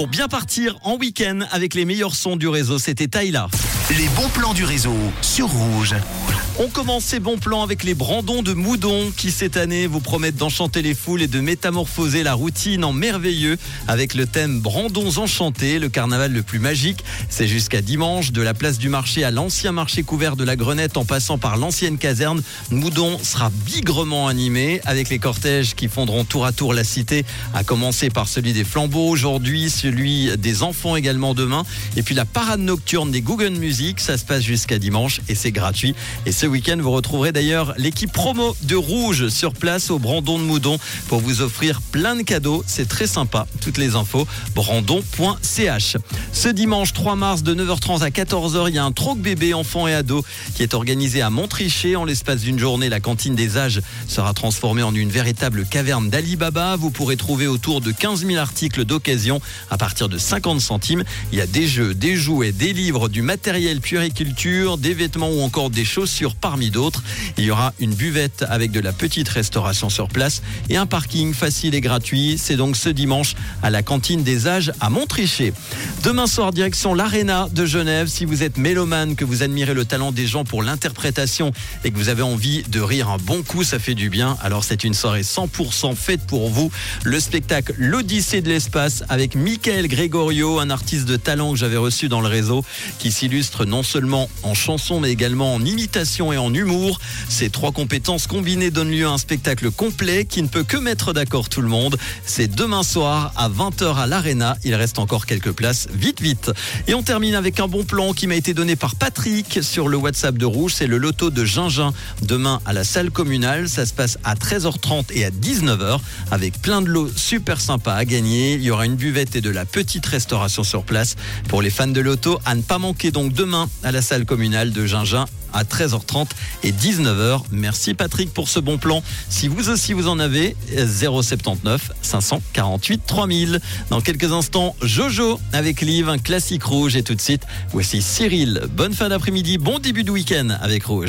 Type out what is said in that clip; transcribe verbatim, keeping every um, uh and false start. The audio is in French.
pour bien partir en week-end avec les meilleurs sons du réseau. C'était Tyla. Les bons plans du réseau sur Rouge. On commence ces bons plans avec les Brandons de Moudon qui cette année vous promettent d'enchanter les foules et de métamorphoser la routine en merveilleux avec le thème Brandons enchantés, le carnaval le plus magique. C'est jusqu'à dimanche, de la place du marché à l'ancien marché couvert de la Grenette en passant par l'ancienne caserne. Moudon sera bigrement animé avec les cortèges qui fonderont tour à tour la cité, à commencer par celui des flambeaux aujourd'hui, celui des enfants également demain, et puis la parade nocturne des Guggen Music. Ça se passe jusqu'à dimanche et c'est gratuit. Et ce week-end, vous retrouverez d'ailleurs l'équipe promo de Rouge sur place au Brandon de Moudon pour vous offrir plein de cadeaux. C'est très sympa. Toutes les infos, brandon point c h. Ce dimanche trois mars de neuf heures trente à quatorze heures, il y a un troc bébé enfants et ados qui est organisé à Montrichet. En l'espace d'une journée, la cantine des âges sera transformée en une véritable caverne d'Ali Baba. Vous pourrez trouver autour de quinze mille articles d'occasion à partir de cinquante centimes. Il y a des jeux, des jouets, des livres, du matériel puériculture, des vêtements ou encore des chaussures parmi d'autres. Il y aura une buvette avec de la petite restauration sur place et un parking facile et gratuit. C'est donc ce dimanche à la cantine des âges à Montrichet. Demain soir, direction l'Arena de Genève. Si vous êtes mélomane, que vous admirez le talent des gens pour l'interprétation et que vous avez envie de rire un bon coup, ça fait du bien. Alors c'est une soirée cent pour cent faite pour vous. Le spectacle L'Odyssée de l'espace avec Michael Gregorio, un artiste de talent que j'avais reçu dans le réseau, qui s'illustre non seulement en chanson mais également en imitation et en humour. Ces trois compétences combinées donnent lieu à un spectacle complet qui ne peut que mettre d'accord tout le monde. C'est demain soir à vingt heures à l'Arena. Il reste encore quelques places. Vite, vite. Et on termine avec un bon plan qui m'a été donné par Patrick sur le WhatsApp de Rouge. C'est le loto de Gingin demain à la salle communale. Ça se passe à treize heures trente et à dix-neuf heures avec plein de lots super sympas à gagner. Il y aura une buvette et de la petite restauration sur place pour les fans de loto. À ne pas manquer donc demain à la salle communale de Gingin à treize heures trente et dix-neuf heures. Merci Patrick pour ce bon plan. Si vous aussi vous en avez, zéro sept neuf cinq cent quarante-huit trois mille. Dans quelques instants, Jojo avec Liv, un classique Rouge. Et tout de suite, voici Cyril. Bonne fin d'après-midi, bon début de week-end avec Rouge.